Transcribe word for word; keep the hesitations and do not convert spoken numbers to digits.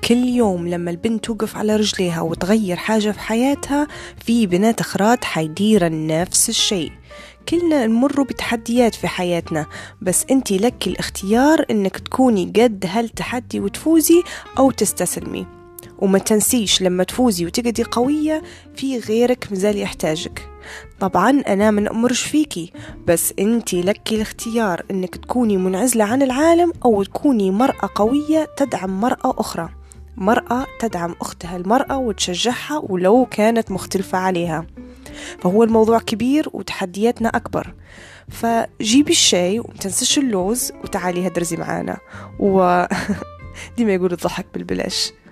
كل يوم لما البنت توقف على رجليها وتغير حاجة في حياتها، في بنات أخرات حيدير نفس الشيء. كلنا نمر بتحديات في حياتنا، بس انتي لك الاختيار انك تكوني قد هالتحدي وتفوزي او تستسلمي. وما تنسيش لما تفوزي وتقدي قوية في غيرك مازال يحتاجك. طبعا أنا من أمرش فيكي، بس أنتي لك الاختيار أنك تكوني منعزلة عن العالم أو تكوني مرأة قوية تدعم مرأة أخرى، مرأة تدعم أختها المرأة وتشجعها ولو كانت مختلفة عليها. فهو الموضوع كبير وتحدياتنا أكبر. فجيبي الشاي ومتنسش اللوز وتعالي هدرزي معانا و دي ما يقول الضحك بالبلاش.